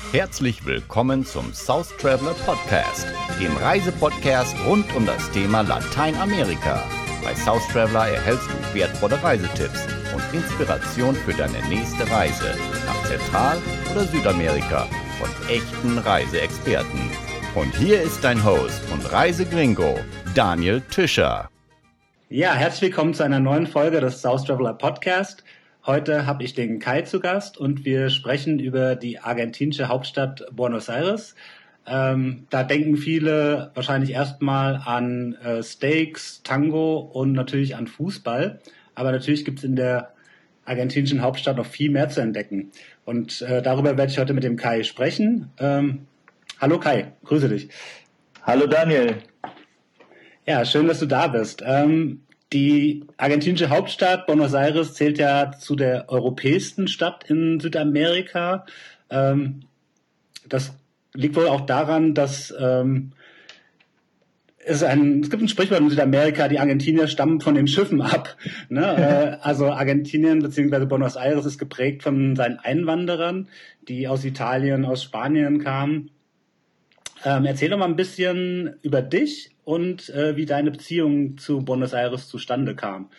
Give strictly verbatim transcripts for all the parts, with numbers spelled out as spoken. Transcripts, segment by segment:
Herzlich willkommen zum South Traveler Podcast, dem Reisepodcast rund um das Thema Lateinamerika. Bei South Traveler erhältst du wertvolle Reisetipps und Inspiration für deine nächste Reise nach Zentral- oder Südamerika von echten Reiseexperten. Und hier ist dein Host und Reisegringo, Daniel Tischer. Ja, herzlich willkommen zu einer neuen Folge des South Traveler Podcast. Heute habe ich den Kai zu Gast und wir sprechen über die argentinische Hauptstadt Buenos Aires. Ähm, da denken viele wahrscheinlich erstmal an äh, Steaks, Tango und natürlich an Fußball. Aber natürlich gibt es in der argentinischen Hauptstadt noch viel mehr zu entdecken. Und äh, darüber werde ich heute mit dem Kai sprechen. Ähm, hallo Kai, grüße dich. Hallo Daniel. Ja, schön, dass du da bist. Ähm, Die argentinische Hauptstadt Buenos Aires zählt ja zu der europäischsten Stadt in Südamerika. Ähm, das liegt wohl auch daran, dass ähm, es, ein, es gibt ein Sprichwort in Südamerika, die Argentinier stammen von den Schiffen ab. Ne? äh, also Argentinien bzw. Buenos Aires ist geprägt von seinen Einwanderern, die aus Italien, aus Spanien kamen. Ähm, erzähl doch mal ein bisschen über dich und äh, wie deine Beziehung zu Buenos Aires zustande kam.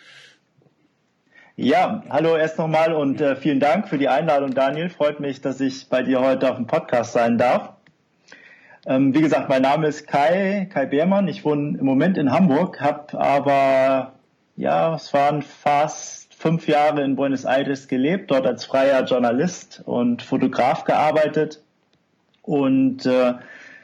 Ja, hallo erst nochmal und äh, vielen Dank für die Einladung, Daniel. Freut mich, dass ich bei dir heute auf dem Podcast sein darf. Ähm, wie gesagt, mein Name ist Kai, Kai Beermann. Ich wohne im Moment in Hamburg, habe aber, ja, es waren fast fünf Jahre in Buenos Aires gelebt, dort als freier Journalist und Fotograf gearbeitet und äh,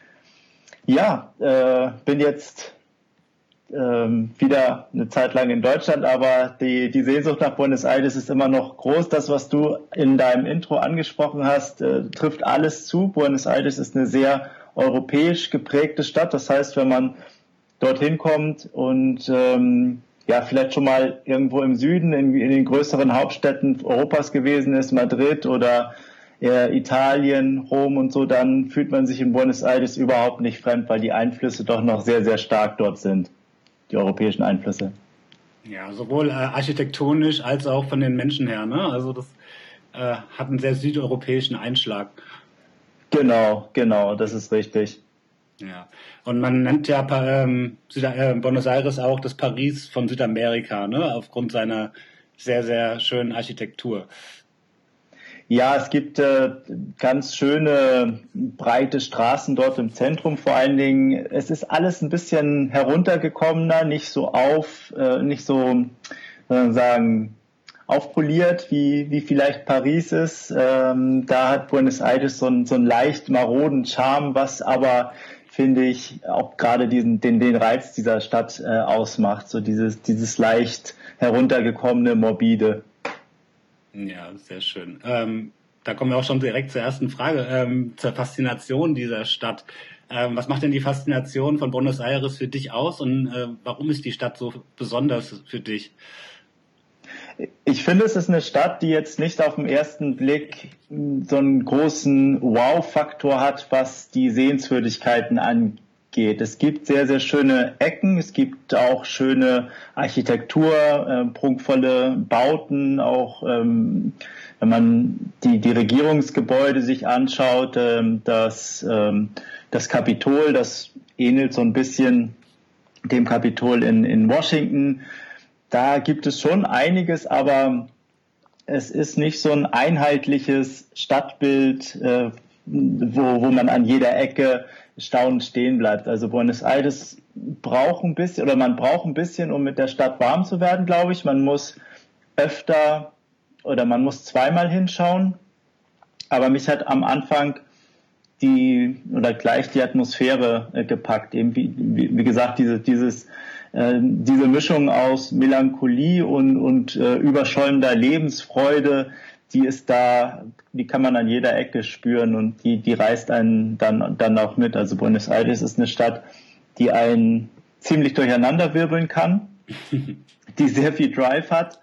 Ja, äh, bin jetzt ähm, wieder eine Zeit lang in Deutschland, aber die, die Sehnsucht nach Buenos Aires ist immer noch groß. Das, was du in deinem Intro angesprochen hast, äh, trifft alles zu. Buenos Aires ist eine sehr europäisch geprägte Stadt. Das heißt, wenn man dorthin kommt und ähm, ja vielleicht schon mal irgendwo im Süden, in, in den größeren Hauptstädten Europas gewesen ist, Madrid oder Italien, Rom und so, dann fühlt man sich in Buenos Aires überhaupt nicht fremd, weil die Einflüsse doch noch sehr, sehr stark dort sind, die europäischen Einflüsse. Ja, sowohl äh, architektonisch als auch von den Menschen her, ne? Also das äh, hat einen sehr südeuropäischen Einschlag. Genau, genau, das ist richtig. Ja, und man nennt ja ähm, Süda- äh, Buenos Aires auch das Paris von Südamerika, ne? Aufgrund seiner sehr, sehr schönen Architektur. Ja, es gibt äh, ganz schöne, breite Straßen dort im Zentrum vor allen Dingen. Es ist alles ein bisschen heruntergekommener, nicht so auf, äh, nicht so, soll sagen, aufpoliert, wie, wie vielleicht Paris ist. Ähm, da hat Buenos Aires so einen, so einen leicht maroden Charme, was aber, finde ich, auch gerade diesen, den, den Reiz dieser Stadt äh, ausmacht. So dieses, dieses leicht heruntergekommene, morbide. Ja, sehr schön. Ähm, da kommen wir auch schon direkt zur ersten Frage, ähm, zur Faszination dieser Stadt. Ähm, was macht denn die Faszination von Buenos Aires für dich aus und äh, warum ist die Stadt so besonders für dich? Ich finde, es ist eine Stadt, die jetzt nicht auf den ersten Blick so einen großen Wow-Faktor hat, was die Sehenswürdigkeiten angeht. Geht. Es gibt sehr, sehr schöne Ecken, es gibt auch schöne Architektur, äh, prunkvolle Bauten, auch ähm, wenn man die, die Regierungsgebäude sich anschaut, ähm, das, ähm, das Kapitol, das ähnelt so ein bisschen dem Kapitol in, in Washington. Da gibt es schon einiges, aber es ist nicht so ein einheitliches Stadtbild, äh, wo, wo man an jeder Ecke staunend stehen bleibt. Also Buenos Aires braucht ein bisschen, oder man braucht ein bisschen, um mit der Stadt warm zu werden, glaube ich. Man muss öfter oder man muss zweimal hinschauen. Aber mich hat am Anfang die oder gleich die Atmosphäre äh, gepackt. Eben wie, wie, wie gesagt, diese, dieses, äh, diese Mischung aus Melancholie und, und äh, überschäumender Lebensfreude, die ist da, die kann man an jeder Ecke spüren und die, die reißt einen dann, dann auch mit. Also Buenos Aires ist eine Stadt, die einen ziemlich durcheinanderwirbeln kann, die sehr viel Drive hat,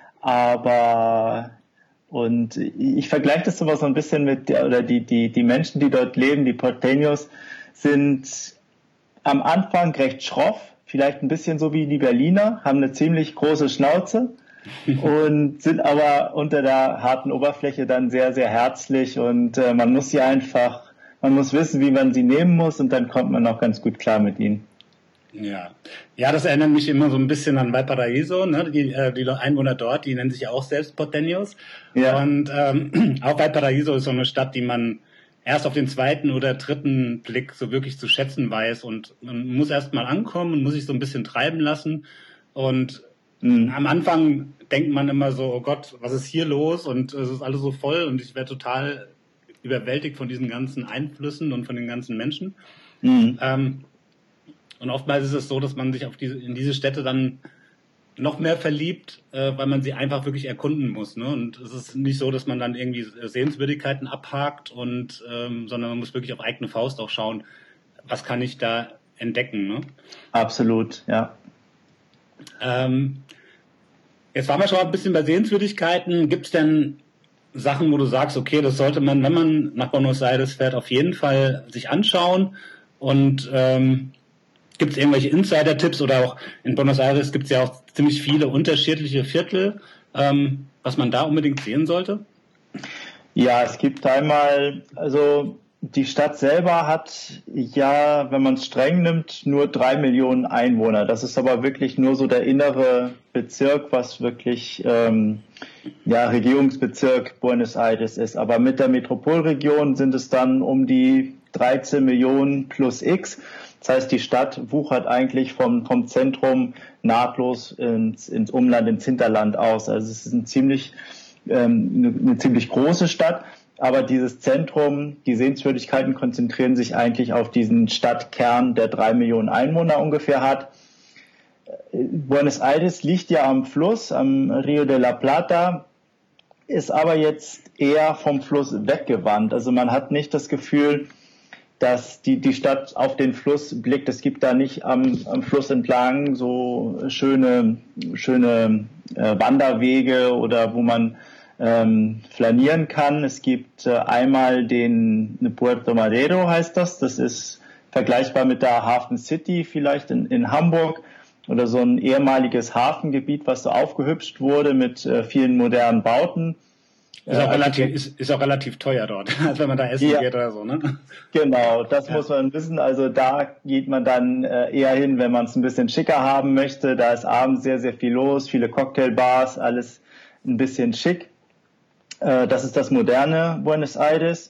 aber und ich vergleiche das sowas so ein bisschen mit, oder die, die, die Menschen, die dort leben, die Porteños, sind am Anfang recht schroff, vielleicht ein bisschen so wie die Berliner, haben eine ziemlich große Schnauze, und sind aber unter der harten Oberfläche dann sehr, sehr herzlich und äh, man muss sie einfach, man muss wissen, wie man sie nehmen muss und dann kommt man auch ganz gut klar mit ihnen. Ja, ja, das erinnert mich immer so ein bisschen an Valparaiso, ne? Die, äh, die Einwohner dort, die nennen sich ja auch selbst Porteños. Ja. Und ähm, auch Valparaiso ist so eine Stadt, die man erst auf den zweiten oder dritten Blick so wirklich zu schätzen weiß und man muss erst mal ankommen und muss sich so ein bisschen treiben lassen und mhm. am Anfang denkt man immer so, oh Gott, was ist hier los und es ist alles so voll und ich werde total überwältigt von diesen ganzen Einflüssen und von den ganzen Menschen. Mhm. Ähm, Und oftmals ist es so, dass man sich auf diese, in diese Städte dann noch mehr verliebt, äh, weil man sie einfach wirklich erkunden muss. Ne? Und es ist nicht so, dass man dann irgendwie Sehenswürdigkeiten abhakt, und, ähm, sondern man muss wirklich auf eigene Faust auch schauen, was kann ich da entdecken. Ne? Absolut, ja. Ähm, jetzt waren wir schon ein bisschen bei Sehenswürdigkeiten. Gibt es denn Sachen, wo du sagst, okay, das sollte man, wenn man nach Buenos Aires fährt, auf jeden Fall sich anschauen? Und ähm, gibt es irgendwelche Insider-Tipps, oder auch in Buenos Aires gibt es ja auch ziemlich viele unterschiedliche Viertel, ähm, was man da unbedingt sehen sollte? Ja, es gibt einmal, also die Stadt selber hat ja, wenn man es streng nimmt, nur drei Millionen Einwohner. Das ist aber wirklich nur so der innere Bezirk, was wirklich ähm, ja, Regierungsbezirk Buenos Aires ist. Aber mit der Metropolregion sind es dann um die dreizehn Millionen plus X. Das heißt, die Stadt wuchert eigentlich vom, vom Zentrum nahtlos ins, ins Umland, ins Hinterland aus. Also es ist ein ziemlich, ähm, eine, eine ziemlich große Stadt, aber dieses Zentrum, die Sehenswürdigkeiten konzentrieren sich eigentlich auf diesen Stadtkern, der drei Millionen Einwohner ungefähr hat. Buenos Aires liegt ja am Fluss, am Rio de la Plata, ist aber jetzt eher vom Fluss weggewandt. Also man hat nicht das Gefühl, dass die, die Stadt auf den Fluss blickt. Es gibt da nicht am, am Fluss entlang so schöne, schöne äh, Wanderwege oder wo man ähm, flanieren kann. Es gibt äh, einmal den Puerto Madero, heißt das. Das ist vergleichbar mit der Hafen City vielleicht in, in Hamburg, oder so ein ehemaliges Hafengebiet, was so aufgehübscht wurde mit äh, vielen modernen Bauten. Ist auch, relativ, ist, ist auch relativ teuer dort, als wenn man da essen ja, geht oder so, ne? Genau, das ja. muss man wissen. Also da geht man dann äh, eher hin, wenn man es ein bisschen schicker haben möchte. Da ist abends sehr, sehr viel los, viele Cocktailbars, alles ein bisschen schick. Äh, das ist das moderne Buenos Aires.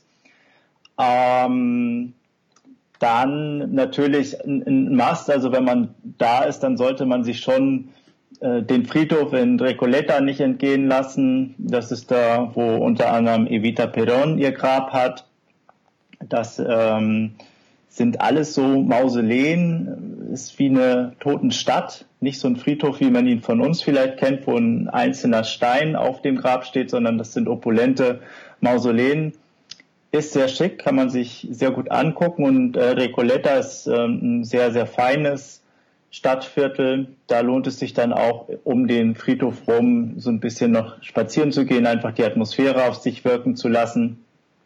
Ähm, dann natürlich ein, ein Must, also wenn man da ist, dann sollte man sich schon den Friedhof in Recoleta nicht entgehen lassen. Das ist da, wo unter anderem Evita Perón ihr Grab hat. Das ähm, sind alles so Mausoleen, ist wie eine Totenstadt, nicht so ein Friedhof, wie man ihn von uns vielleicht kennt, wo ein einzelner Stein auf dem Grab steht, sondern das sind opulente Mausoleen. Ist sehr schick, kann man sich sehr gut angucken, und äh, Recoleta ist ähm, ein sehr, sehr feines Stadtviertel. Da lohnt es sich dann auch, um den Friedhof rum so ein bisschen noch spazieren zu gehen, einfach die Atmosphäre auf sich wirken zu lassen.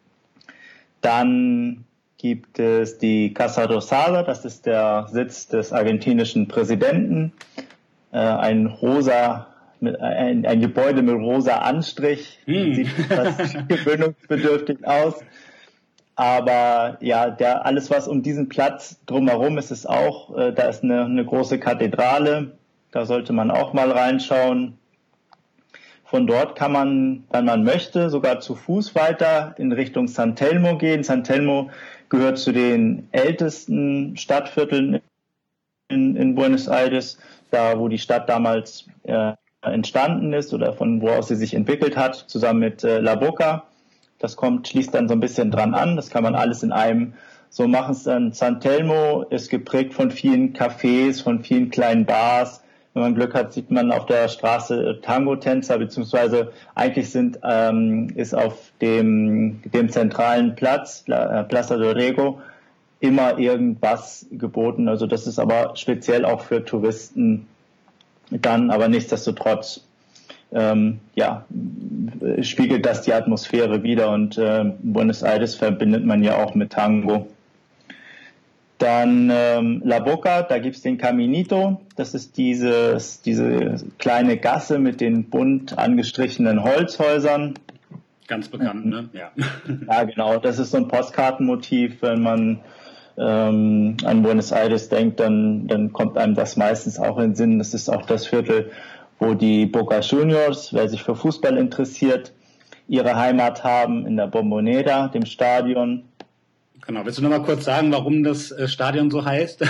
Dann gibt es die Casa Rosada, das ist der Sitz des argentinischen Präsidenten. Äh, ein rosa, ein, ein Gebäude mit rosa Anstrich, mm. sieht fast gewöhnungsbedürftig aus. Aber ja, der, alles, was um diesen Platz drumherum ist, ist auch, äh, da ist eine, eine große Kathedrale, da sollte man auch mal reinschauen. Von dort kann man, wenn man möchte, sogar zu Fuß weiter in Richtung San Telmo gehen. San Telmo gehört zu den ältesten Stadtvierteln in, in Buenos Aires, da wo die Stadt damals äh, entstanden ist oder von wo aus sie sich entwickelt hat, zusammen mit äh, La Boca. Das kommt, schließt dann so ein bisschen dran an. Das kann man alles in einem so machen. San Telmo ist geprägt von vielen Cafés, von vielen kleinen Bars. Wenn man Glück hat, sieht man auf der Straße Tango-Tänzer, beziehungsweise eigentlich sind, ähm, ist auf dem, dem zentralen Platz, Plaza del Rego, immer irgendwas geboten. Also das ist aber speziell auch für Touristen dann, aber nichtsdestotrotz Ähm, ja, spiegelt das die Atmosphäre wider, und äh, Buenos Aires verbindet man ja auch mit Tango. Dann ähm, La Boca, da gibt es den Caminito, das ist dieses, diese kleine Gasse mit den bunt angestrichenen Holzhäusern. Ganz bekannt, ne? Ja. Ja, genau, das ist so ein Postkartenmotiv, wenn man ähm, an Buenos Aires denkt, dann, dann kommt einem das meistens auch in den Sinn. Das ist auch das Viertel, wo die Boca Juniors, wer sich für Fußball interessiert, ihre Heimat haben, in der Bombonera, dem Stadion. Genau, willst du noch mal kurz sagen, warum das Stadion so heißt?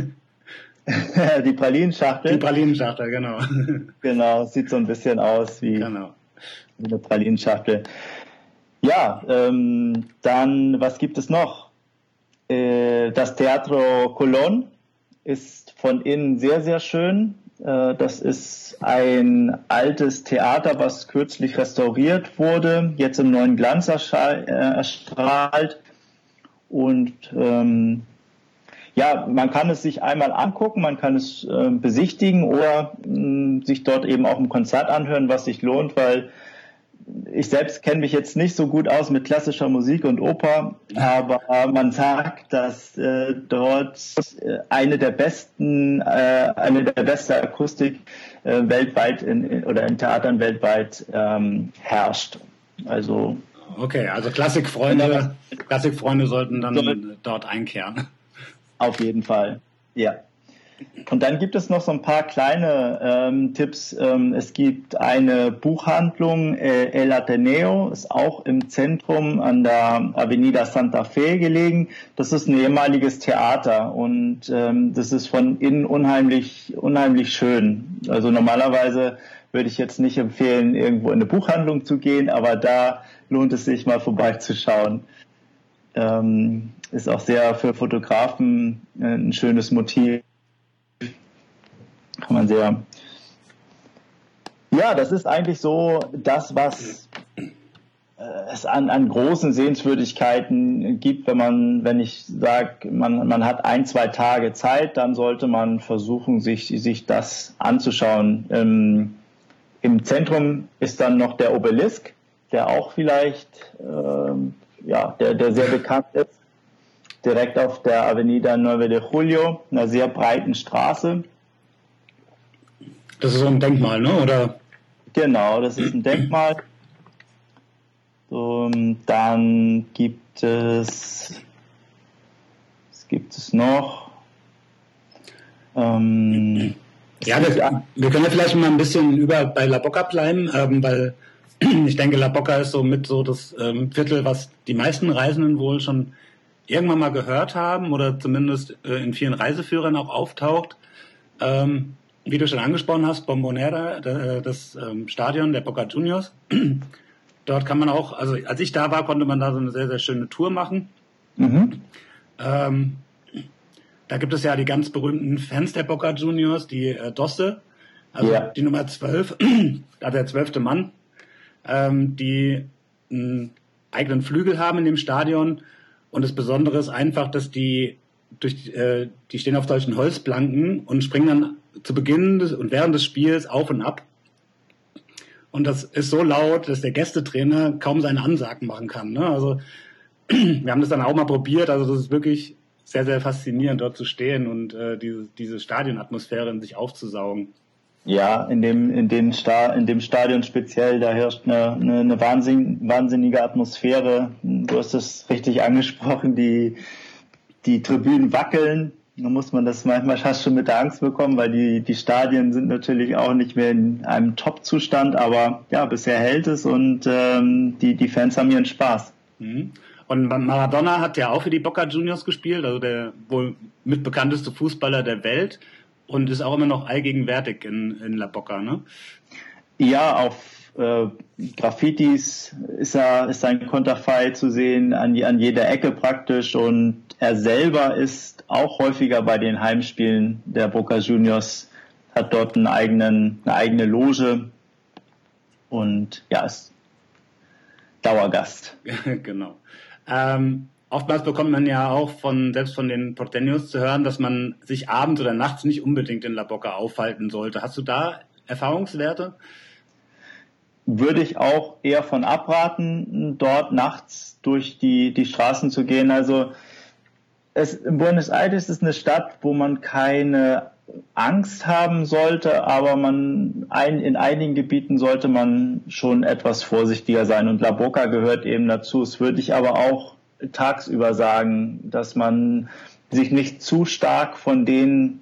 Die Pralinenschachtel. Die Pralinenschachtel, genau. Genau, sieht so ein bisschen aus wie, genau. wie eine Pralinenschachtel. Ja, ähm, dann, was gibt es noch? Äh, das Teatro Colón ist von innen sehr, sehr schön. Äh, das ist ein altes Theater, was kürzlich restauriert wurde, jetzt im neuen Glanz erstrahlt. Und ähm, ja, man kann es sich einmal angucken, man kann es äh, besichtigen oder mh, sich dort eben auch ein Konzert anhören, was sich lohnt, weil ich selbst kenne mich jetzt nicht so gut aus mit klassischer Musik und Oper, aber äh, man sagt, dass äh, dort äh, eine der besten, äh, eine der beste Akustik äh, weltweit in, oder in Theatern weltweit ähm, herrscht. Also okay, also Klassikfreunde, Klassikfreunde sollten dann so, dort einkehren. Auf jeden Fall, ja. Und dann gibt es noch so ein paar kleine ähm, Tipps. Ähm, es gibt eine Buchhandlung, äh, El Ateneo, ist auch im Zentrum an der Avenida Santa Fe gelegen. Das ist ein ehemaliges Theater und ähm, das ist von innen unheimlich, unheimlich schön. Also normalerweise würde ich jetzt nicht empfehlen, irgendwo in eine Buchhandlung zu gehen, aber da lohnt es sich mal vorbeizuschauen. Ähm, ist auch sehr für Fotografen ein schönes Motiv. Kann man sehr. Ja, das ist eigentlich so das, was es an, an großen Sehenswürdigkeiten gibt. Wenn man, wenn ich sage, man, man hat ein, zwei Tage Zeit, dann sollte man versuchen, sich, sich das anzuschauen. Ähm, Im Zentrum ist dann noch der Obelisk, der auch vielleicht, ähm, ja, der, der sehr bekannt ist. Direkt auf der Avenida nueve de Julio, einer sehr breiten Straße. Das ist so ein Denkmal, ne? Oder? Genau, das ist ein Denkmal. So, dann gibt es, was gibt es noch? Ähm, ja, wir, wir können ja vielleicht mal ein bisschen über bei La Boca bleiben, ähm, weil ich denke, La Boca ist so mit so das ähm, Viertel, was die meisten Reisenden wohl schon irgendwann mal gehört haben oder zumindest äh, in vielen Reiseführern auch auftaucht. Ähm, wie du schon angesprochen hast, Bombonera, das ähm, Stadion der Boca Juniors. Dort kann man auch, also als ich da war, konnte man da so eine sehr, sehr schöne Tour machen. Mhm. Ähm, da gibt es ja die ganz berühmten Fans der Boca Juniors, die äh, Dosse, also ja. Die Nummer zwölf, da der zwölfte Mann, ähm, die einen eigenen Flügel haben in dem Stadion. Und das Besondere ist einfach, dass die durch äh, die stehen auf solchen Holzplanken und springen dann zu Beginn des, und während des Spiels auf und ab. Und das ist so laut, dass der Gästetrainer kaum seine Ansagen machen kann. Ne? Also wir haben das dann auch mal probiert. Also das ist wirklich sehr, sehr faszinierend, dort zu stehen und äh, diese, diese Stadionatmosphäre in sich aufzusaugen. Ja, in dem, in dem, Sta- in dem Stadion speziell, da herrscht eine, eine, eine wahnsinn, wahnsinnige Atmosphäre. Du hast es richtig angesprochen, die, die Tribünen wackeln. Da muss man das manchmal fast schon mit der Angst bekommen, weil die, die Stadien sind natürlich auch nicht mehr in einem Top-Zustand, aber ja, bisher hält es und ähm, die, die Fans haben ihren Spaß. Mhm. Und Maradona hat ja auch für die Boca Juniors gespielt, also der wohl mitbekannteste Fußballer der Welt. Und ist auch immer noch allgegenwärtig in, in La Boca, ne? Ja, auf äh, Graffitis ist er ist ein Konterfei zu sehen, an, die, an jeder Ecke praktisch. Und er selber ist auch häufiger bei den Heimspielen der Boca Juniors, hat dort einen eigenen, eine eigene Loge und ja, ist Dauergast. Genau. Ähm, Oftmals bekommt man ja auch von, selbst von den Porteños zu hören, dass man sich abends oder nachts nicht unbedingt in La Boca aufhalten sollte. Hast du da Erfahrungswerte? Würde ich auch eher von abraten, dort nachts durch die, die Straßen zu gehen. Also es, Buenos Aires ist eine Stadt, wo man keine Angst haben sollte, aber man ein, in einigen Gebieten sollte man schon etwas vorsichtiger sein. Und La Boca gehört eben dazu. Es würde ich aber auch tagsüber sagen, dass man sich nicht zu stark von den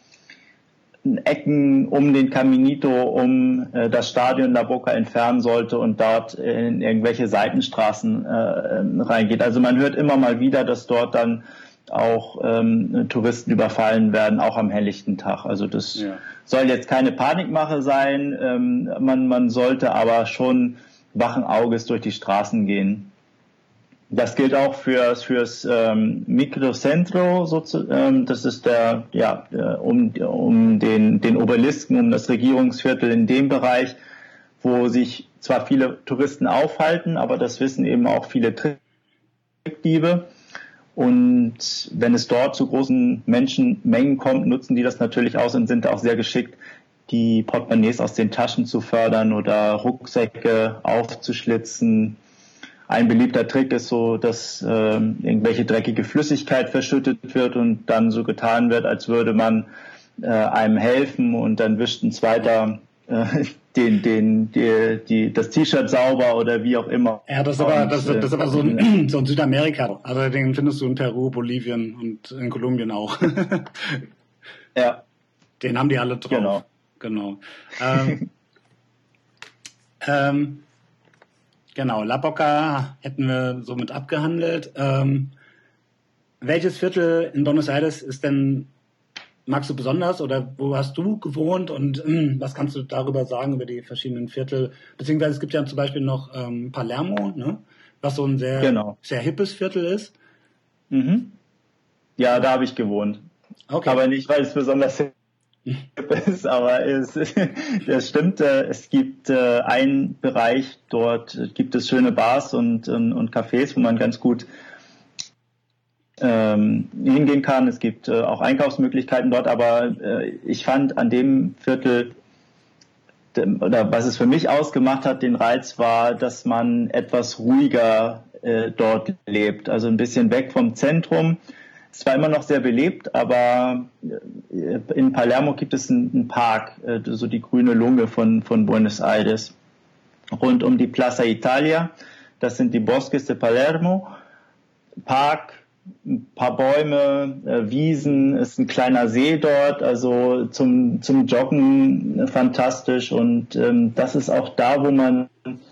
Ecken um den Caminito, um äh, das Stadion La Boca entfernen sollte und dort in irgendwelche Seitenstraßen äh, reingeht. Also man hört immer mal wieder, dass dort dann auch ähm, Touristen überfallen werden, auch am helllichten Tag. Also das ja. soll jetzt keine Panikmache sein. Ähm, man, man sollte aber schon wachen Auges durch die Straßen gehen. Das gilt auch fürs, fürs ähm, Microcentro, so zu, ähm, das ist der, ja, um, um den, den Obelisken, um das Regierungsviertel in dem Bereich, wo sich zwar viele Touristen aufhalten, aber das wissen eben auch viele Trickdiebe. Und wenn es dort zu großen Menschenmengen kommt, nutzen die das natürlich aus und sind auch sehr geschickt, die Portemonnaies aus den Taschen zu fördern oder Rucksäcke aufzuschlitzen. Ein beliebter Trick ist so, dass äh, irgendwelche dreckige Flüssigkeit verschüttet wird und dann so getan wird, als würde man äh, einem helfen, und dann wischt ein zweiter äh, den, den, die, die, das T-Shirt sauber oder wie auch immer. Ja, das ist aber, das, das ist aber so ein, so ein Südamerika. Also den findest du in Peru, Bolivien und in Kolumbien auch. Ja. Den haben die alle drauf. Genau. Genau. Ähm, ähm, Genau, La Boca hätten wir somit abgehandelt. Ähm, welches Viertel in Buenos Aires ist denn, magst du besonders, oder wo hast du gewohnt, und ähm, was kannst du darüber sagen, über die verschiedenen Viertel? Beziehungsweise es gibt ja zum Beispiel noch ähm, Palermo, ne? Was so ein sehr, genau. sehr hippes Viertel ist. Mhm. Ja, da habe ich gewohnt. Okay. Aber nicht, weil es besonders hip ist, aber es, das stimmt. Es gibt äh, einen Bereich, dort gibt es schöne Bars und, und, und Cafés, wo man ganz gut ähm, hingehen kann. Es gibt äh, auch Einkaufsmöglichkeiten dort, aber äh, ich fand an dem Viertel, oder was es für mich ausgemacht hat, den Reiz war, dass man etwas ruhiger äh, dort lebt, also ein bisschen weg vom Zentrum. Es war immer noch sehr belebt, aber in Palermo gibt es einen Park, so die grüne Lunge von, von Buenos Aires, rund um die Plaza Italia. Das sind die Bosques de Palermo. Park, ein paar Bäume, Wiesen, ist ein kleiner See dort, also zum, zum Joggen fantastisch. Und ähm, das ist auch da, wo man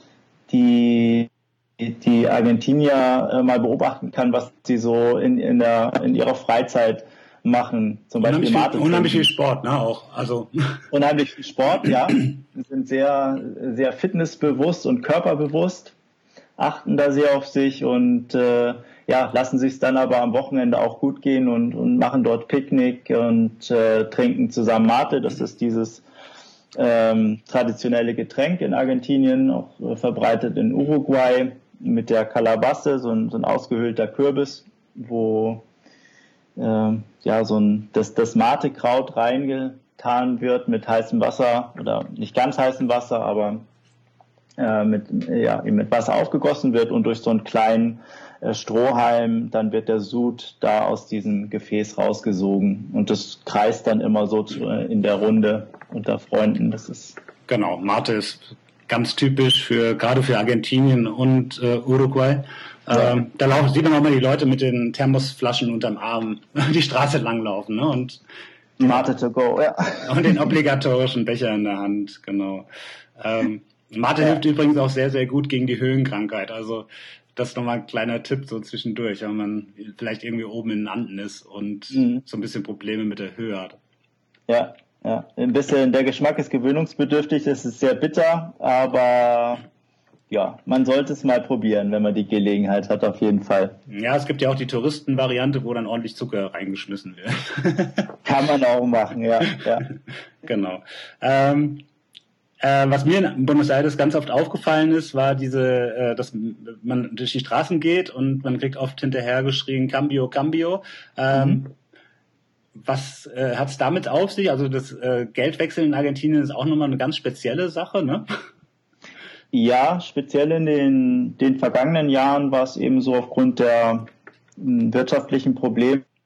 die die Argentinier äh, mal beobachten kann, was sie so in, in, der, in ihrer Freizeit machen. Zum Beispiel unheimlich viel, unheimlich viel Sport, ne, auch. Also. Unheimlich viel Sport, ja. Sie sind sehr, sehr fitnessbewusst und körperbewusst, achten da sehr auf sich und äh, ja, lassen sich es dann aber am Wochenende auch gut gehen und, und machen dort Picknick und äh, trinken zusammen Mate. Das ist dieses ähm, traditionelle Getränk in Argentinien, auch äh, verbreitet in Uruguay, mit der Calabace, so ein, so ein ausgehöhlter Kürbis, wo äh, ja so ein das, das Mate-Kraut reingetan wird mit heißem Wasser, oder nicht ganz heißem Wasser, aber äh, mit, ja, mit Wasser aufgegossen wird und durch so einen kleinen äh, Strohhalm, dann wird der Sud da aus diesem Gefäß rausgesogen und das kreist dann immer so zu, äh, in der Runde unter Freunden. Das ist genau, Mate ist ganz typisch für, gerade für Argentinien und äh, Uruguay. Ja. Ähm, da laufen, sieht man auch mal die Leute mit den Thermosflaschen unterm Arm die Straße langlaufen, ne? Und Mate to go, ja. Und den obligatorischen Becher in der Hand, genau. Ähm, Mate ja. hilft übrigens auch sehr, sehr gut gegen die Höhenkrankheit. Also das ist nochmal ein kleiner Tipp so zwischendurch, wenn man vielleicht irgendwie oben in den Anden ist und mhm. so ein bisschen Probleme mit der Höhe hat. Ja. Ja, ein bisschen, der Geschmack ist gewöhnungsbedürftig, es ist sehr bitter, aber ja, man sollte es mal probieren, wenn man die Gelegenheit hat, auf jeden Fall. Ja, es gibt ja auch die Touristenvariante, wo dann ordentlich Zucker reingeschmissen wird. Kann man auch machen, ja. ja. Genau. Ähm, äh, was mir in Buenos Aires ganz oft aufgefallen ist, war diese, äh, dass man durch die Straßen geht und man kriegt oft hinterher geschrien, Cambio, Cambio. Ähm, mhm. Was äh, hat es damit auf sich? Also das äh, Geldwechseln in Argentinien ist auch nochmal eine ganz spezielle Sache, ne? Ja, speziell in den, den vergangenen Jahren war es eben so aufgrund der m, wirtschaftlichen Probleme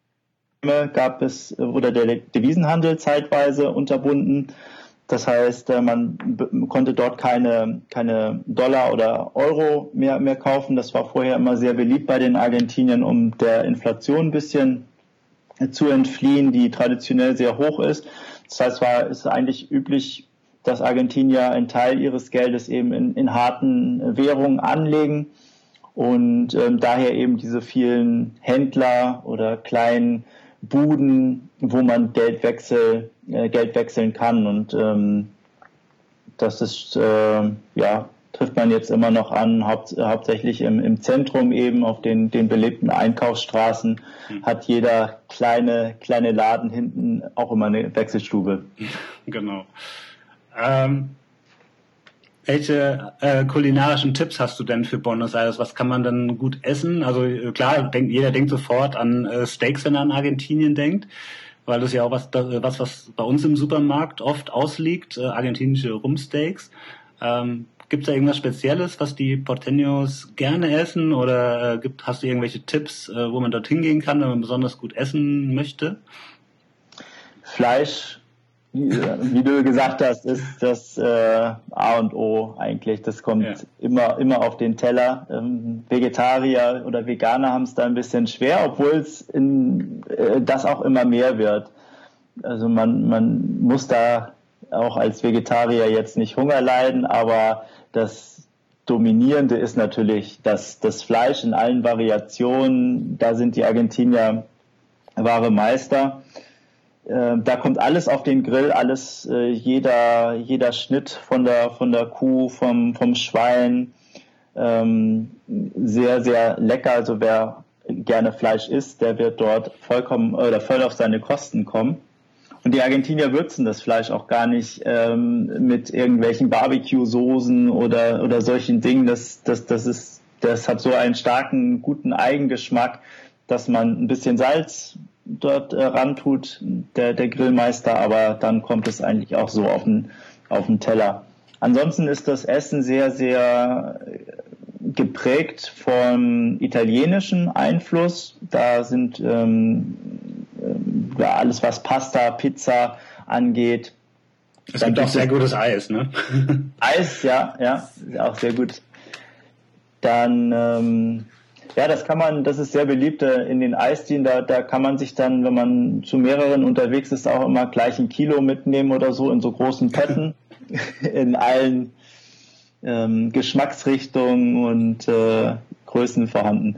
Probleme gab es, wurde der Devisenhandel zeitweise unterbunden. Das heißt, man konnte dort keine, keine Dollar oder Euro mehr, mehr kaufen. Das war vorher immer sehr beliebt bei den Argentiniern, um der Inflation ein bisschen zu entfliehen, die traditionell sehr hoch ist. Das heißt, war es eigentlich üblich, dass Argentinier einen Teil ihres Geldes eben in, in harten Währungen anlegen und ähm, daher eben diese vielen Händler oder kleinen Buden, wo man Geldwechsel, äh, Geld wechseln kann. Und ähm, das ist, äh, ja, trifft man jetzt immer noch an, haupt, hauptsächlich im, im Zentrum eben, auf den, den belebten Einkaufsstraßen, mhm. hat jeder kleine, kleine Laden hinten auch immer eine Wechselstube. Genau. Ähm, welche äh, kulinarischen Tipps hast du denn für Buenos Aires? Was kann man denn gut essen? Also klar, denk, jeder denkt sofort an äh, Steaks, wenn er an Argentinien denkt, weil das ja auch was, was, was bei uns im Supermarkt oft ausliegt, äh, argentinische Rumpsteaks. Ähm, Gibt es da irgendwas Spezielles, was die Porteños gerne essen? Oder äh, gibt, hast du irgendwelche Tipps, äh, wo man dorthin gehen kann, wenn man besonders gut essen möchte? Fleisch, wie du gesagt hast, ist das äh, A und O eigentlich. Das kommt ja. immer, immer auf den Teller. Ähm, Vegetarier oder Veganer haben es da ein bisschen schwer, obwohl es in, äh, das auch immer mehr wird. Also man, man muss da auch als Vegetarier jetzt nicht Hunger leiden, aber das Dominierende ist natürlich das, das Fleisch in allen Variationen. Da sind die Argentinier wahre Meister. Da kommt alles auf den Grill, alles, jeder, jeder Schnitt von der, von der Kuh, vom, vom Schwein, ähm, sehr, sehr lecker. Also wer gerne Fleisch isst, der wird dort vollkommen oder voll auf seine Kosten kommen. Und die Argentinier würzen das Fleisch auch gar nicht ähm, mit irgendwelchen Barbecue-Soßen oder, oder solchen Dingen. Das, das, das ist, das hat so einen starken, guten Eigengeschmack, dass man ein bisschen Salz dort äh, rantut, der, der Grillmeister, aber dann kommt es eigentlich auch so auf den, auf den Teller. Ansonsten ist das Essen sehr, sehr geprägt vom italienischen Einfluss. Da sind ähm, ja, alles, was Pasta, Pizza angeht. Es gibt auch sehr gutes Eis, ne? Eis, ja, ja, auch sehr gut. Dann ähm, ja, das kann man, das ist sehr beliebt in den Eisdielen, da, da kann man sich dann, wenn man zu mehreren unterwegs ist, auch immer gleich ein Kilo mitnehmen oder so in so großen Pötten in allen ähm, Geschmacksrichtungen und äh, Größen vorhanden.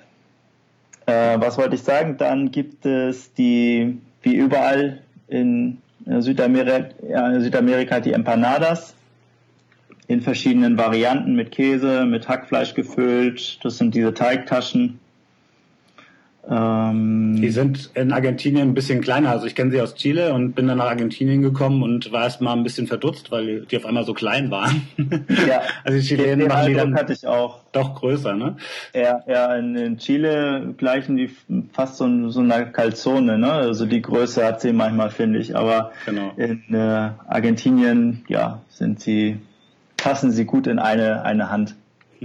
Äh, was wollte ich sagen? Dann gibt es die, wie überall in Südamerika, ja, Südamerika die Empanadas. In verschiedenen Varianten mit Käse, mit Hackfleisch gefüllt. Das sind diese Teigtaschen. Ähm die sind in Argentinien ein bisschen kleiner. Also ich kenne sie aus Chile und bin dann nach Argentinien gekommen und war erst mal ein bisschen verdutzt, weil die auf einmal so klein waren. Ja, also die Chilenen den machen die dann hatte ich auch. Doch größer, ne? Ja, ja, in, in Chile gleichen die fast so, so einer Calzone, ne? Also die Größe hat sie manchmal, finde ich. Aber genau. in äh, Argentinien, ja, sind sie passen sie gut in eine, eine Hand.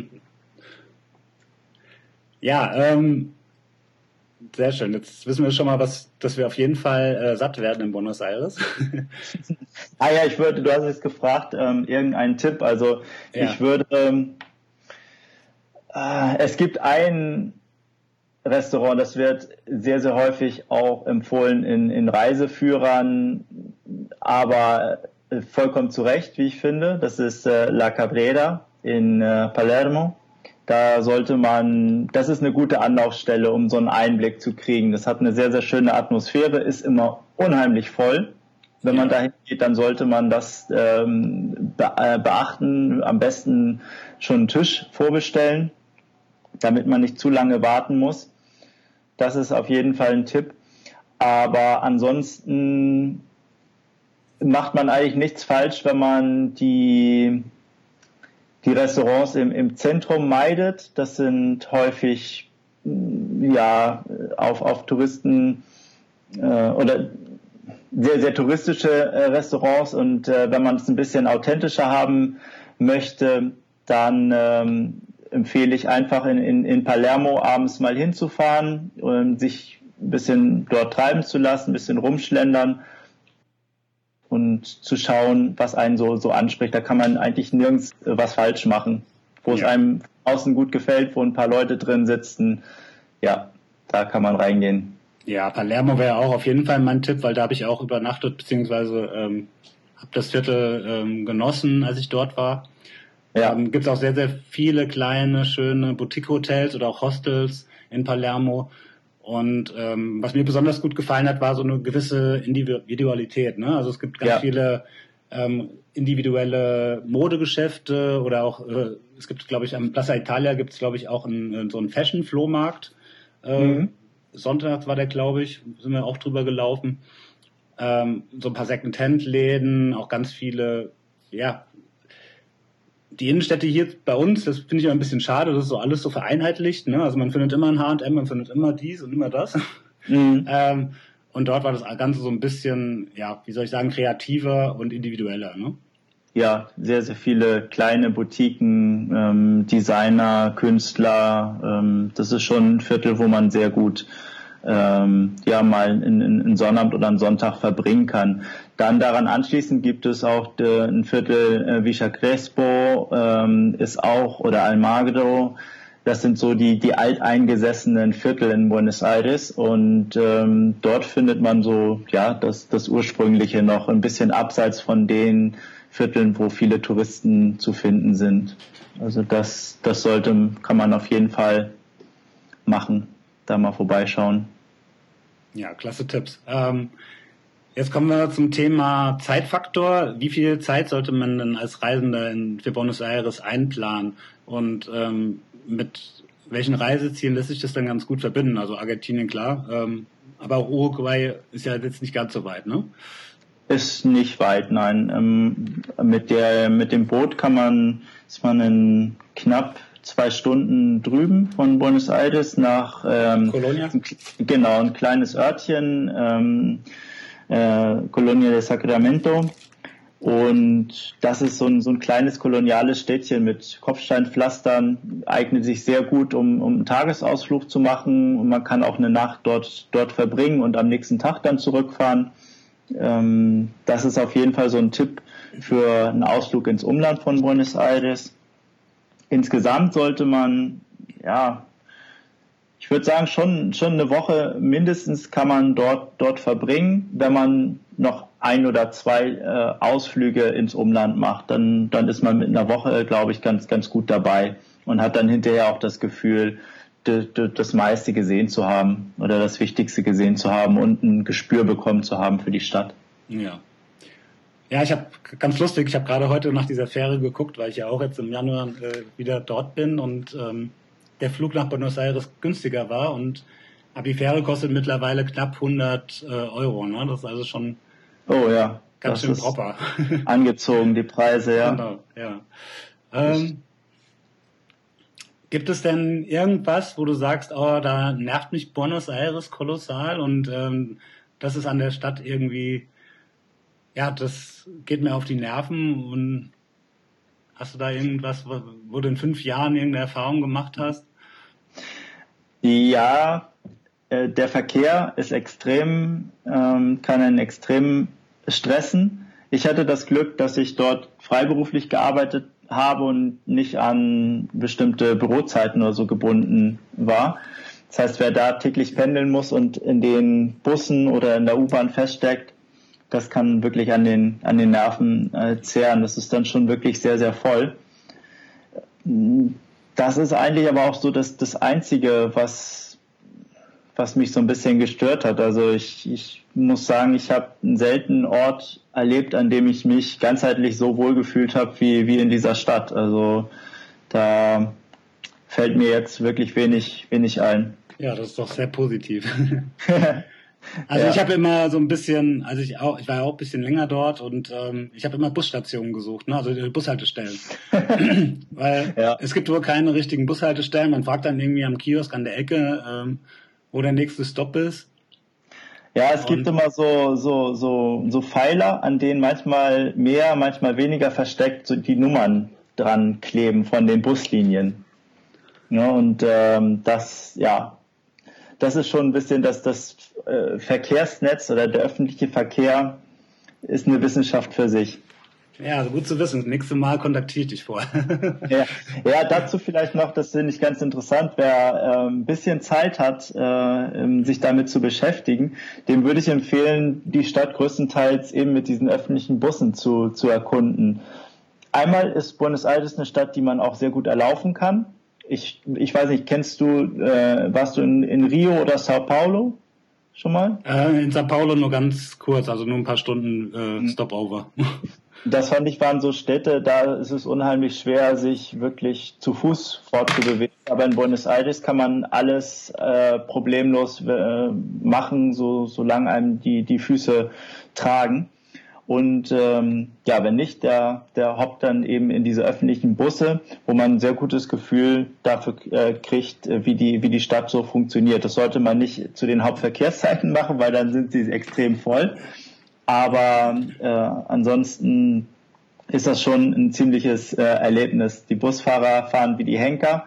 Ja, ähm, sehr schön. Jetzt wissen wir schon mal, was, dass wir auf jeden Fall äh, satt werden in Buenos Aires. ah ja, ich würde, du hast jetzt gefragt, ähm, irgendeinen Tipp. Also ja. ich würde, ähm, äh, es gibt ein Restaurant, das wird sehr, sehr häufig auch empfohlen in, in Reiseführern, aber vollkommen zu Recht, wie ich finde. Das ist äh, La Cabrera in äh, Palermo. Da sollte man, das ist eine gute Anlaufstelle, um so einen Einblick zu kriegen. Das hat eine sehr, sehr schöne Atmosphäre, ist immer unheimlich voll. Wenn ja. man dahin geht, dann sollte man das ähm, be- äh, beachten. Am besten schon einen Tisch vorbestellen, damit man nicht zu lange warten muss. Das ist auf jeden Fall ein Tipp. Aber ansonsten macht man eigentlich nichts falsch, wenn man die, die Restaurants im, im Zentrum meidet. Das sind häufig ja auf, auf Touristen äh, oder sehr, sehr touristische äh, Restaurants und äh, wenn man es ein bisschen authentischer haben möchte, dann ähm, empfehle ich einfach in, in, in Palermo abends mal hinzufahren und sich ein bisschen dort treiben zu lassen, ein bisschen rumschlendern und zu schauen, was einen so, so anspricht. Da kann man eigentlich nirgends was falsch machen. Wo ja. es einem außen gut gefällt, wo ein paar Leute drin sitzen, ja, da kann man reingehen. Ja, Palermo wäre auch auf jeden Fall mein Tipp, weil da habe ich auch übernachtet, beziehungsweise ähm, habe das Viertel ähm, genossen, als ich dort war. Ja. Ähm, gibt es auch sehr, sehr viele kleine, schöne Boutique-Hotels oder auch Hostels in Palermo. Und ähm, was mir besonders gut gefallen hat, war so eine gewisse Individualität. Ne? Also es gibt ganz ja. viele ähm, individuelle Modegeschäfte oder auch, äh, es gibt, glaube ich, am Plaza Italia gibt es, glaube ich, auch einen, so einen Fashion-Flohmarkt. Äh, mhm. Sonntags war der, glaube ich, sind wir auch drüber gelaufen. Ähm, so ein paar Second-Hand-Läden, auch ganz viele, ja, die Innenstädte hier bei uns, das finde ich immer ein bisschen schade, das ist so alles so vereinheitlicht, ne? Also man findet immer ein H und M, man findet immer dies und immer das. Mhm. ähm, und dort war das Ganze so ein bisschen, ja, wie soll ich sagen, kreativer und individueller, ne? Ja, sehr, sehr viele kleine Boutiquen, ähm, Designer, Künstler, ähm, das ist schon ein Viertel, wo man sehr gut ähm, ja mal in, in, in Sonnabend oder einen Sonntag verbringen kann. Dann daran anschließend gibt es auch de, ein Viertel, äh, Villa Crespo ähm, ist auch, oder Almagro. Das sind so die, die alteingesessenen Viertel in Buenos Aires und ähm, dort findet man so ja das, das Ursprüngliche noch ein bisschen abseits von den Vierteln, wo viele Touristen zu finden sind. Also das, das sollte, kann man auf jeden Fall machen, da mal vorbeischauen. Ja, klasse Tipps. Ähm, jetzt kommen wir zum Thema Zeitfaktor. Wie viel Zeit sollte man denn als Reisender in, für Buenos Aires einplanen? Und ähm, mit welchen Reisezielen lässt sich das dann ganz gut verbinden? Also Argentinien, klar, ähm, aber auch Uruguay ist ja jetzt nicht ganz so weit, ne? Ist nicht weit, nein. Ähm, mit der, mit dem Boot kann man, ist man in knapp zwei Stunden drüben von Buenos Aires nach ähm, Colonia. Genau, ein kleines Örtchen, ähm, äh, Colonia de Sacramento. Und das ist so ein, so ein kleines koloniales Städtchen mit Kopfsteinpflastern, eignet sich sehr gut, um, um einen Tagesausflug zu machen. Und man kann auch eine Nacht dort, dort verbringen und am nächsten Tag dann zurückfahren. Ähm, das ist auf jeden Fall so ein Tipp für einen Ausflug ins Umland von Buenos Aires. Insgesamt sollte man, ja, ich würde sagen, schon, schon eine Woche mindestens kann man dort, dort verbringen. Wenn man noch ein oder zwei äh, Ausflüge ins Umland macht, dann, dann ist man mit einer Woche, glaube ich, ganz, ganz gut dabei und hat dann hinterher auch das Gefühl, de, de, das meiste gesehen zu haben oder das Wichtigste gesehen zu haben und ein Gespür bekommen zu haben für die Stadt. Ja. Ja, ich habe ganz lustig, ich habe gerade heute nach dieser Fähre geguckt, weil ich ja auch jetzt im Januar äh, wieder dort bin und ähm, der Flug nach Buenos Aires günstiger war und aber die Fähre kostet mittlerweile knapp hundert äh, Euro, ne? Das ist also schon oh ja, ganz schön proper. Angezogen, die Preise, ja. Genau, ja. Ähm, gibt es denn irgendwas, wo du sagst, oh, da nervt mich Buenos Aires kolossal und ähm, das ist an der Stadt irgendwie, ja, das geht mir auf die Nerven und hast du da irgendwas, wo du in fünf Jahren irgendeine Erfahrung gemacht hast? Ja, äh, der Verkehr ist extrem, ähm, kann einen extrem stressen. Ich hatte das Glück, dass ich dort freiberuflich gearbeitet habe und nicht an bestimmte Bürozeiten oder so gebunden war. Das heißt, wer da täglich pendeln muss und in den Bussen oder in der U-Bahn feststeckt, das kann wirklich an den, an den Nerven äh, zehren. Das ist dann schon wirklich sehr, sehr voll. Das ist eigentlich aber auch so das, das Einzige, was, was mich so ein bisschen gestört hat. Also ich, ich muss sagen, ich habe einen seltenen Ort erlebt, an dem ich mich ganzheitlich so wohl gefühlt habe wie, wie in dieser Stadt. Also da fällt mir jetzt wirklich wenig, wenig ein. Ja, das ist doch sehr positiv. Also ja. Ich habe immer so ein bisschen, also ich auch, ich war ja auch ein bisschen länger dort und ähm, ich habe immer Busstationen gesucht, ne? Also Bushaltestellen. Weil ja. Es gibt wohl keine richtigen Bushaltestellen. Man fragt dann irgendwie am Kiosk an der Ecke, ähm, wo der nächste Stopp ist. Ja, es und gibt immer so so so so Pfeiler, an denen manchmal mehr, manchmal weniger versteckt so die Nummern dran kleben von den Buslinien. Ja, und ähm, das, ja. das ist schon ein bisschen, dass das äh, Verkehrsnetz oder der öffentliche Verkehr ist eine Wissenschaft für sich. Ja, also gut zu wissen. Das nächste Mal kontaktiere ich dich vorher. ja. ja, dazu vielleicht noch, das finde ich ganz interessant, wer äh, ein bisschen Zeit hat, äh, sich damit zu beschäftigen, dem würde ich empfehlen, die Stadt größtenteils eben mit diesen öffentlichen Bussen zu, zu erkunden. Einmal ist Buenos Aires eine Stadt, die man auch sehr gut erlaufen kann. Ich, ich weiß nicht, kennst du, äh, warst du in, in Rio oder Sao Paulo schon mal? Äh, in Sao Paulo nur ganz kurz, also nur ein paar Stunden äh, Stopover. Das fand ich waren so Städte, da ist es unheimlich schwer, sich wirklich zu Fuß fortzubewegen. Aber in Buenos Aires kann man alles äh, problemlos äh, machen, so solange einem die, die Füße tragen. Und ähm, ja, wenn nicht, der, der hoppt dann eben in diese öffentlichen Busse, wo man ein sehr gutes Gefühl dafür äh, kriegt, wie die, wie die Stadt so funktioniert. Das sollte man nicht zu den Hauptverkehrszeiten machen, weil dann sind sie extrem voll. Aber äh, ansonsten ist das schon ein ziemliches äh, Erlebnis. Die Busfahrer fahren wie die Henker.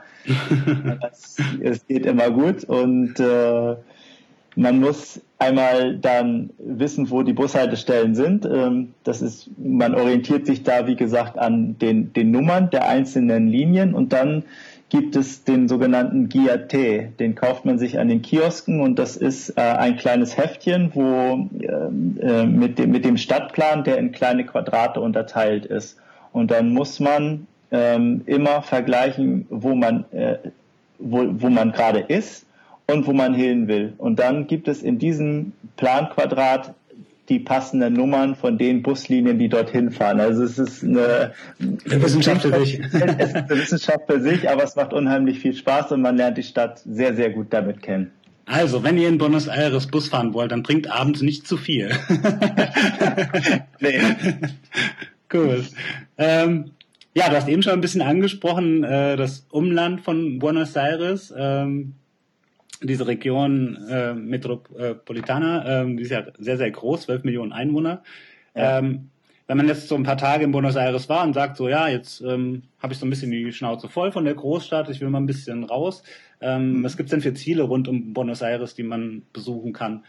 das, es geht immer gut und äh, man muss einmal dann wissen, wo die Bushaltestellen sind. Ähm, das ist, man orientiert sich da, wie gesagt, an den, den Nummern der einzelnen Linien und dann gibt es den sogenannten Guia T, den kauft man sich an den Kiosken und das ist äh, ein kleines Heftchen, wo äh, mit, dem, mit dem Stadtplan, der in kleine Quadrate unterteilt ist. Und dann muss man äh, immer vergleichen, wo man, äh, wo, wo man gerade ist und wo man hin will. Und dann gibt es in diesem Planquadrat die passenden Nummern von den Buslinien, die dorthin fahren. Also es ist eine, eine Wissenschaft für sich. Es ist eine Wissenschaft für sich, aber es macht unheimlich viel Spaß und man lernt die Stadt sehr, sehr gut damit kennen. Also, wenn ihr in Buenos Aires Bus fahren wollt, dann trinkt abends nicht zu viel. nee. Cool. Ähm, ja, du hast eben schon ein bisschen angesprochen, äh, das Umland von Buenos Aires. Ähm, Diese Region äh, Metropolitana, ähm, die ist ja sehr, sehr groß, zwölf Millionen Einwohner. Ja. Ähm, wenn man jetzt so ein paar Tage in Buenos Aires war und sagt so, ja, jetzt ähm, habe ich so ein bisschen die Schnauze voll von der Großstadt, ich will mal ein bisschen raus. Ähm, mhm. Was gibt's denn für Ziele rund um Buenos Aires, die man besuchen kann?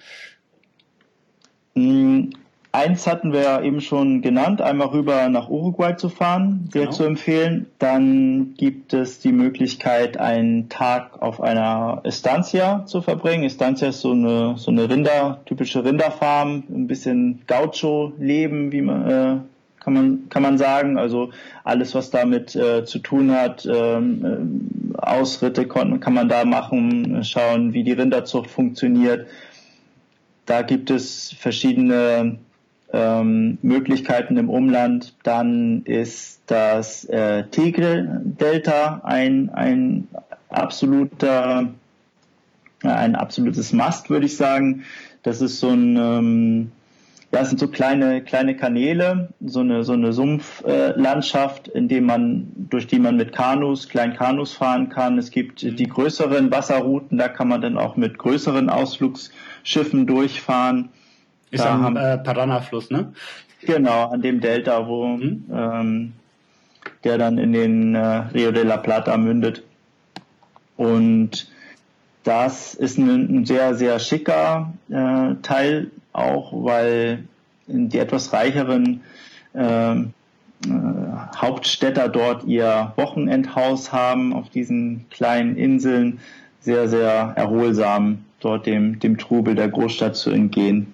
Mhm. Eins hatten wir ja eben schon genannt, einmal rüber nach Uruguay zu fahren, sehr genau. zu empfehlen. Dann gibt es die Möglichkeit, einen Tag auf einer Estancia zu verbringen. Estancia ist so eine, so eine Rinder, typische Rinderfarm, ein bisschen Gaucho-Leben, wie man, äh, kann man, kann man sagen. Also alles, was damit äh, zu tun hat, ähm, Ausritte kann, kann man da machen, schauen, wie die Rinderzucht funktioniert. Da gibt es verschiedene Ähm, Möglichkeiten im Umland. Dann ist das äh, Tigre-Delta ein, ein absoluter, äh, ein absolutes Must, würde ich sagen. Das ist so ein, ähm, ja, es sind so kleine, kleine Kanäle, so eine, so eine Sumpflandschaft, äh, in dem man, durch die man mit Kanus, kleinen Kanus fahren kann. Es gibt die größeren Wasserrouten, da kann man dann auch mit größeren Ausflugsschiffen durchfahren. Ist da am äh, Paraná-Fluss, ne? Genau, an dem Delta, wo mhm. ähm, der dann in den äh, Rio de la Plata mündet. Und das ist ein, ein sehr, sehr schicker äh, Teil auch, weil die etwas reicheren äh, äh, Hauptstädter dort ihr Wochenendhaus haben auf diesen kleinen Inseln. Sehr, sehr erholsam, dort dem, dem Trubel der Großstadt zu entgehen.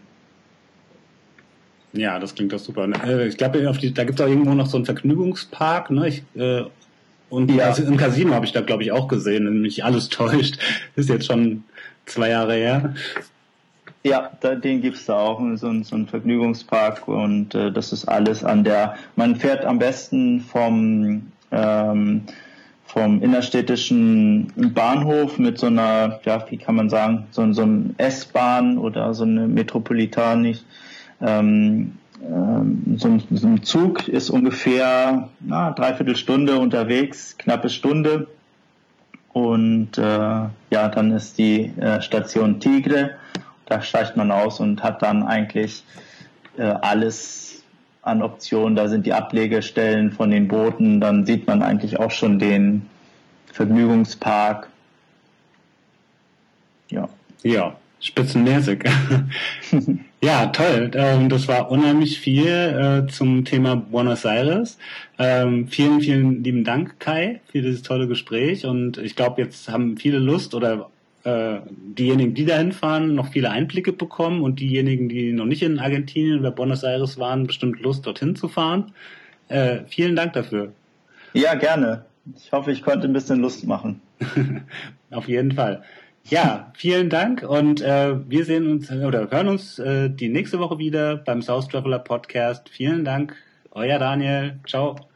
Ja, das klingt doch super. Ich glaube, da gibt es auch irgendwo noch so einen Vergnügungspark, ne? Ich, äh, und ja. Im Casino habe ich da, glaube ich, auch gesehen, wenn mich alles täuscht. Ist jetzt schon zwei Jahre her. Ja, da, den gibt's da auch, so, so einen Vergnügungspark und äh, das ist alles an der, man fährt am besten vom, ähm, vom innerstädtischen Bahnhof mit so einer, ja, wie kann man sagen, so, so eine S-Bahn oder so eine Metropolitan, Ähm, ähm, so, ein, so ein Zug ist ungefähr na, dreiviertel Stunde unterwegs, knappe Stunde und äh, ja, dann ist die äh, Station Tigre, da steigt man aus und hat dann eigentlich äh, alles an Optionen, da sind die Ablegestellen von den Booten, dann sieht man eigentlich auch schon den Vergnügungspark. Ja. Ja, spitzenmäßig. Ja, toll. Ähm, das war unheimlich viel äh, zum Thema Buenos Aires. Ähm, vielen, vielen lieben Dank, Kai, für dieses tolle Gespräch. Und ich glaube, jetzt haben viele Lust oder äh, diejenigen, die dahin fahren, noch viele Einblicke bekommen und diejenigen, die noch nicht in Argentinien oder Buenos Aires waren, bestimmt Lust, dorthin zu fahren. Äh, vielen Dank dafür. Ja, gerne. Ich hoffe, ich konnte ein bisschen Lust machen. Auf jeden Fall. Ja, vielen Dank und äh, wir sehen uns oder hören uns äh, die nächste Woche wieder beim South Traveler Podcast. Vielen Dank, euer Daniel. Ciao.